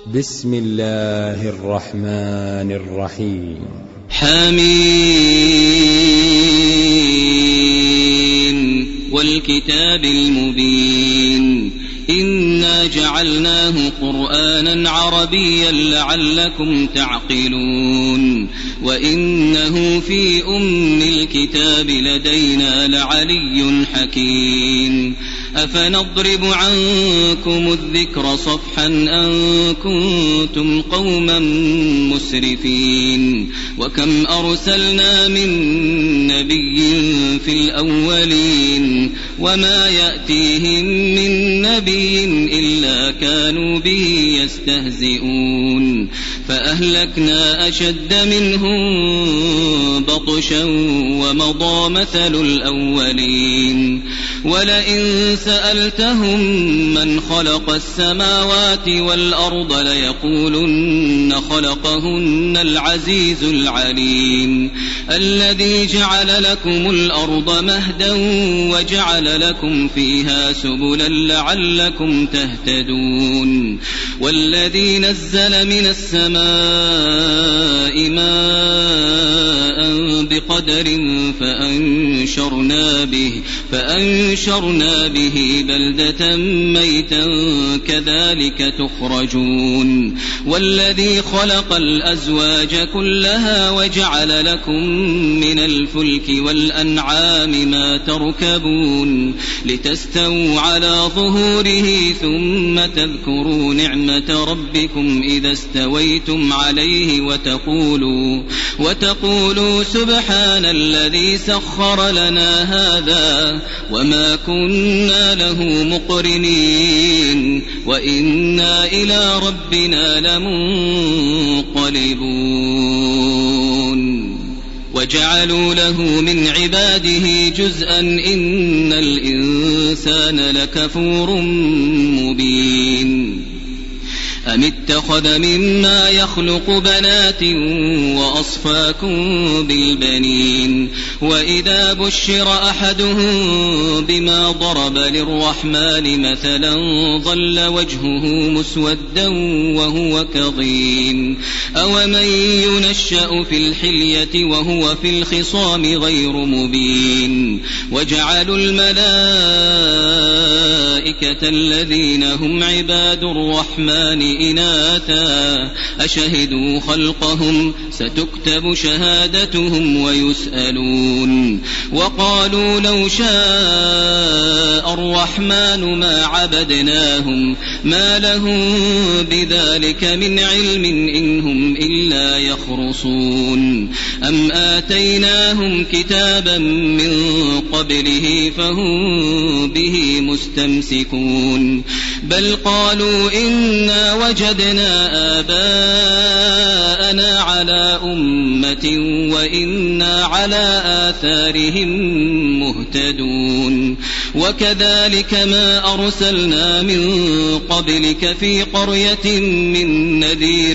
بسم الله الرحمن الرحيم. حميم والكتاب المبين إنا جعلناه قرآنا عربيا لعلكم تعقلون وإنه في أم الكتاب لدينا لعلي حكيم أفنضرب عنكم الذكر صفحا أن كنتم قوما مسرفين وكم أرسلنا من نبي في الأولين وما يأتيهم من نبي إلا كانوا به يستهزئون فأهلكنا أشد منهم بطشا ومضى مثل الأولين ولئن سألتهم من خلق السماوات والأرض ليقولن خلقهن العزيز العليم الذي جعل لكم الأرض مهدا وجعل لكم فيها سبلا لعلكم تهتدون والذي نزل من السماء ماء بقدر فأنشرنا به بلدة ميتا كذلك تخرجون والذي خلق الأزواج كلها وجعل لكم من الفلك والأنعام ما تركبون لتستووا على ظهوره ثم تذكروا نعمة ربكم إذا استويتم عليه وتقولوا سبحان الذي سخر لنا هذا وما كنا له مقرنين وإنا إلى ربنا لمنقلبون وجعلوا له من عباده جزءا إن الإنسان لكفور مبين أم اتخذ مما يخلق بنات وأصفاكم بالبنين وإذا بشر أحدهم بما ضرب للرحمن مثلا ظل وجهه مسودا وهو كظيم أومن ينشأ في الحلية وهو في الخصام غير مبين وجعلوا الملائكة الذين هم عباد الرحمن إناثا أشهدوا خلقهم ستكتب شهادتهم ويسألون وقالوا لو شاء الرحمن ما عبدناهم ما لهم بذلك من علم إن هم إلا يخرصون أم آتيناهم كتابا من قبله فهم به مستمسكون بل قالوا إنا وجدنا آباءنا على أمة وإنا على آثارهم مهتدون وكذلك ما أرسلنا من قبلك في قرية من نذير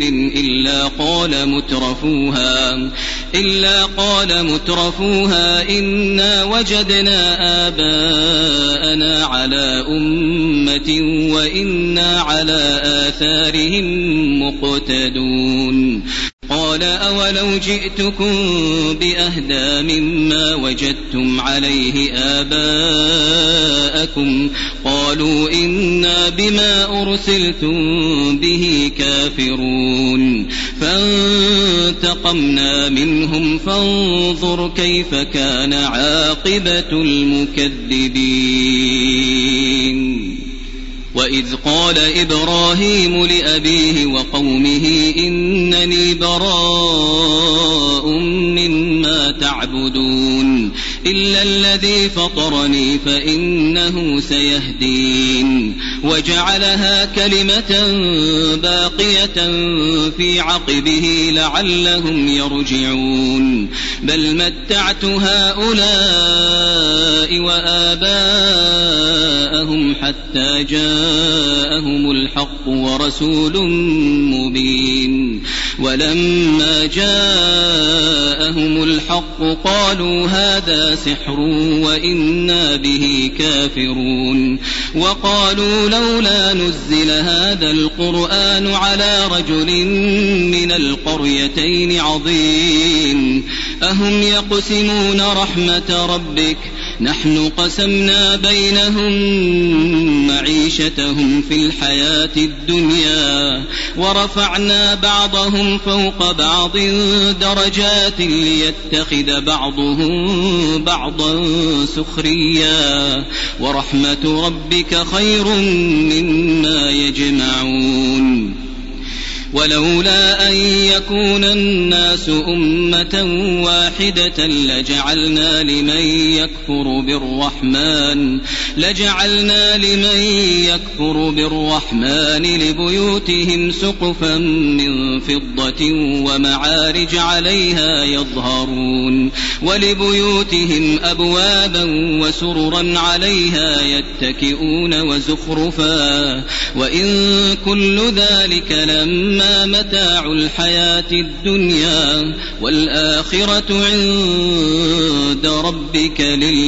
إلا قال مترفوها إنا وجدنا آباءنا على أمة وإنا على آثارهم مقتدون قال أولو جئتكم بأهدى مما وجدتم عليه آباءكم قالوا إنا بما أرسلتم به كافرون فانتقمنا منهم فانظر كيف كان عاقبة المكذبين وإذ قال إبراهيم لأبيه وقومه إنني براء مما تعبدون إلا الذي فطرني فإنه سيهدين وجعلها كلمة باقية في عقبه لعلهم يرجعون بل متعت هؤلاء وآباءهم حتى جاءهم الحق ورسول مبين ولما جاءهم الحق قالوا هذا سحر وإنا به كافرون وقالوا لولا نزل هذا القرآن على رجل من القريتين عظيم أهم يقسمون رحمة ربك نحن قسمنا بينهم معيشتهم في الحياة الدنيا ورفعنا بعضهم فوق بعض درجات ليتخذ بعضهم بعضا سخريا ورحمة ربك خير مما يجمعون ولولا أن يكون الناس أمة واحدة لجعلنا لمن يكفر بالرحمن لبيوتهم سقفا من فضة ومعارج عليها يظهرون ولبيوتهم أبوابا وسررا عليها يتكئون وزخرفا وإن كل ذلك لما متاع الحياة الدنيا والآخرة عند ربك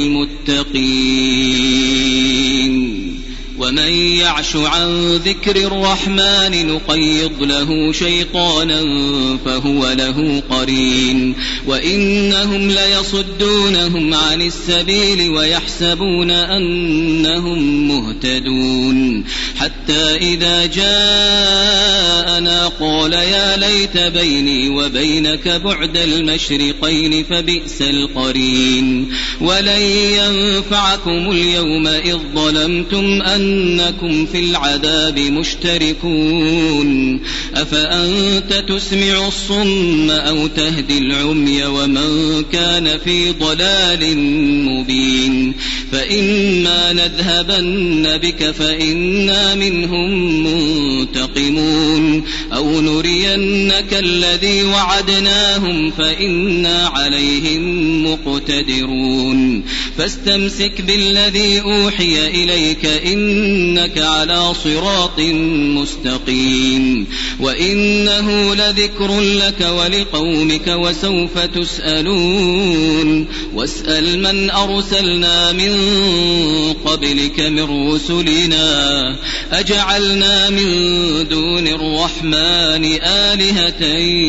للمتقين ومن يعش عن ذكر الرحمن نقيض له شيطانا فهو له قرين وإنهم ليصدونهم عن السبيل ويحسبون أنهم مهتدون حتى إذا جاءنا قال يا ليت بيني وبينك بعد المشرقين فبئس القرين ولن ينفعكم اليوم إذ ظلمتم أنكم في العذاب مشتركون أفأنت تسمع الصم أو تهدي العمي ومن كان في ضلال مبين فإما نذهبن بك فإنا منهم منتقمون أو نرينك الذي وعدناهم فإنا عليهم مقتدرون فاستمسك بالذي أوحي إليك إنك على صراط مستقيم وإنه لذكر لك ولقومك وسوف تسألون واسأل من أرسلنا من قبلك من رسلنا أجعلنا من دون الرحمن آلهة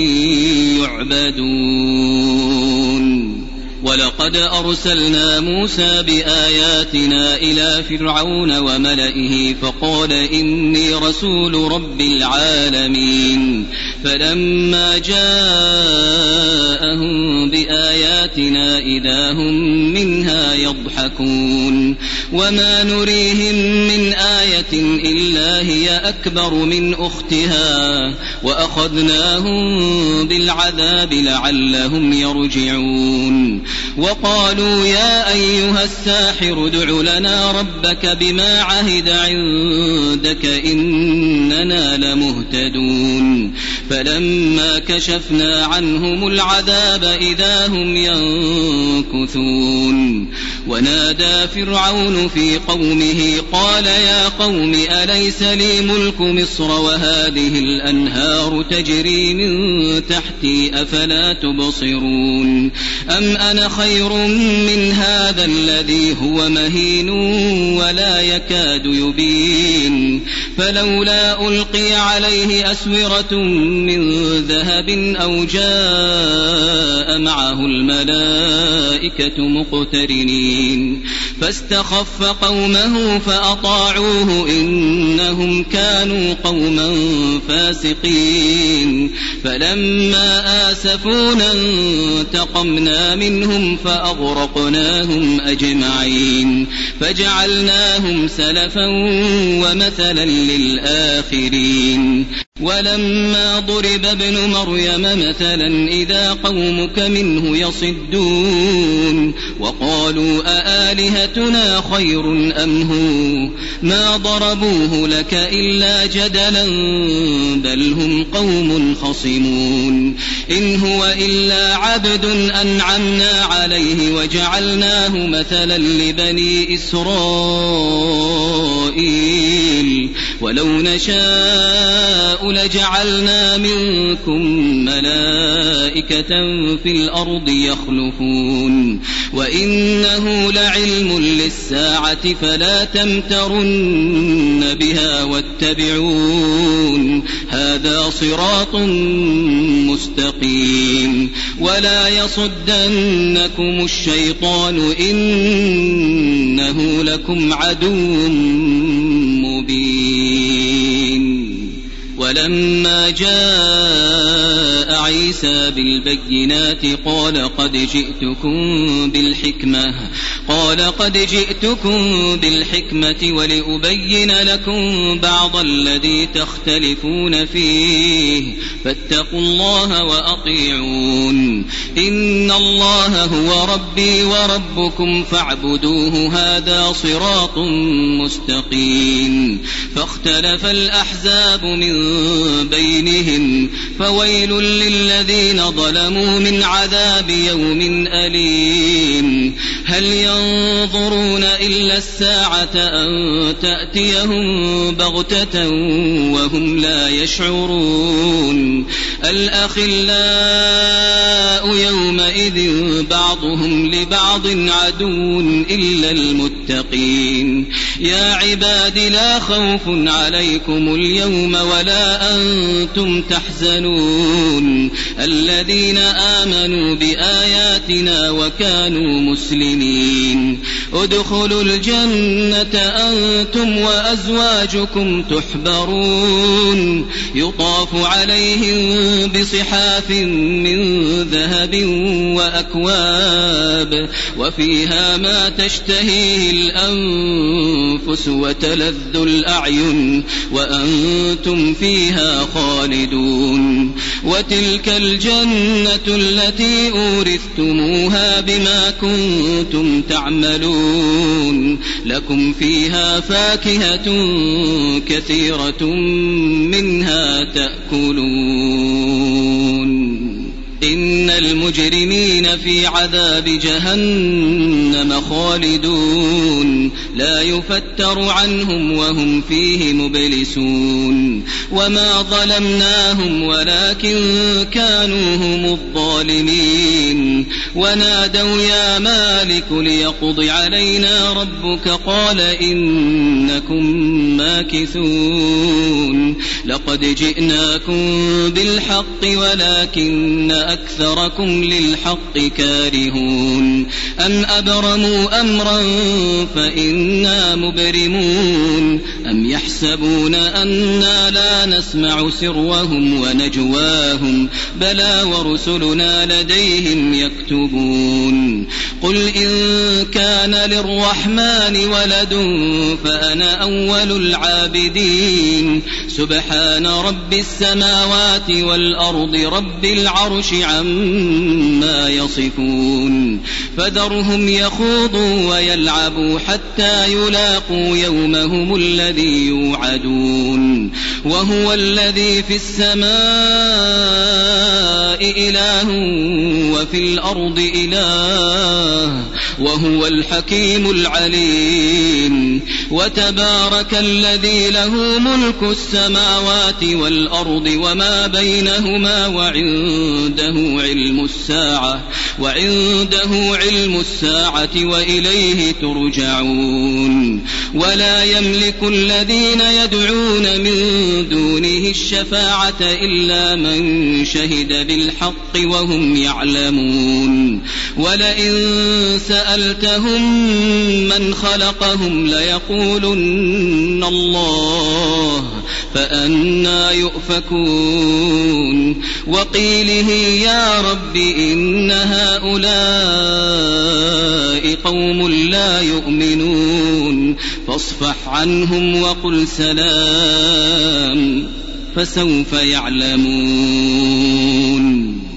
يعبدون ولقد أرسلنا موسى بآياتنا إلى فرعون وملئه فقال إني رسول رب العالمين فلما جاءهم بآياتنا إذا هم منها يضحكون وما نريهم من آية إلا هي أكبر من أختها وأخذناهم بالعذاب لعلهم يرجعون وقالوا يا أيها الساحر ادع لنا ربك بما عهد عندك إننا لمهتدون فلما كشفنا عنهم العذاب إذا هم ينكثون ونادى فرعون في قومه قال يا قوم أليس لي ملك مصر وهذه الأنهار تجري من تحتي أفلا تبصرون أم أنا خير من هذا الذي هو مهين ولا يكاد يبين فلولا ألقي عليه أسورة من ذهب أو جاء معه الملائكة مقترنين فاستخف قومه فأطاعوه إنهم كانوا قوما فاسقين فلما آسفونا انتقمنا منهم فأغرقناهم أجمعين فجعلناهم سلفا ومثلا للآخرين ولما ضرب ابن مريم مثلا إذا قومك منه يصدون وقالوا أآلهتنا خير أم هو ما ضربوه لك إلا جدلا بل هم قوم خصمون إن هو إلا عبد أنعمنا عليه وجعلناه مثلا لبني إسرائيل ولو نشاء لجعلنا منكم ملائكة في الأرض يخلفون وإنه لعلم للساعة فلا تمترن بها واتبعون هذا صراط مستقيم ولا يصدنكم الشيطان إنه لكم عدو مبين. ولما جاء عيسى بالبينات قال قد جئتكم بالحكمة ولأبين لكم بعض الذي تختلفون فيه فاتقوا الله وأطيعون إن الله هو ربي وربكم فاعبدوه هذا صراط مستقيم. فاختلف الأحزاب من بينهم فويل للذين ظلموا من عذاب يوم أليم. هل ينظرون إلا الساعة أن تأتيهم بغتة وهم لا يشعرون. الأخلاء يومئذ بعضهم لبعض عدو إلا المتقين. يا عباد لا خوف عليكم اليوم ولا أنتم تحزنون الذين آمنوا بآياتنا وكانوا مسلمين. ادخلوا الجنة أنتم وأزواجكم تحبرون يطاف عليهم بصحاف من ذهب وأكواب وفيها ما تشتهيه الأنفس وتلذ الأعين وأنتم فيها خالدون. وتلك الجنة التي أورثتموها بما كنتم تعملون لكم فيها فاكهة كثيرة منها تأكلون. إن المجرمين في عذاب جهنم خالدون لا يفتر عنهم وهم فيه مبلسون. وما ظلمناهم ولكن كانوا هم الظالمين. ونادوا يا مالك ليقض علينا ربك قال إنكم ماكثون. لقد جئناكم بالحق ولكن أكثركم للحق كارهون. أم أبرموا أمرا فإنا مبرمون. أم يحسبون أنا لا نسمع سرهم ونجواهم بلى ورسلنا لديهم يكتبون. قل إن كان للرحمن ولد فأنا أول العابدين. سبحان رب السماوات والأرض رب العرش عما يصفون. فذرهم يخوضوا ويلعبوا حتى يلاقوا يومهم الذي يوعدون. وهو الذي في السماء إله وفي الأرض إله وهو الحكيم العليم. وتبارك الذي له ملك السماوات والأرض وما بينهما وعنده علم الساعة وإليه ترجعون. ولا يملك الذين يدعون من دونه الشفاعة إلا من شهد بالحق وهم يعلمون. ولئن سألتهم من خلقهم ليقولن الله فأنى يؤفكون. وقيله يا رب إن هؤلاء قوم لا يؤمنون فاصفح عنهم وقل سلام فسوف يعلمون.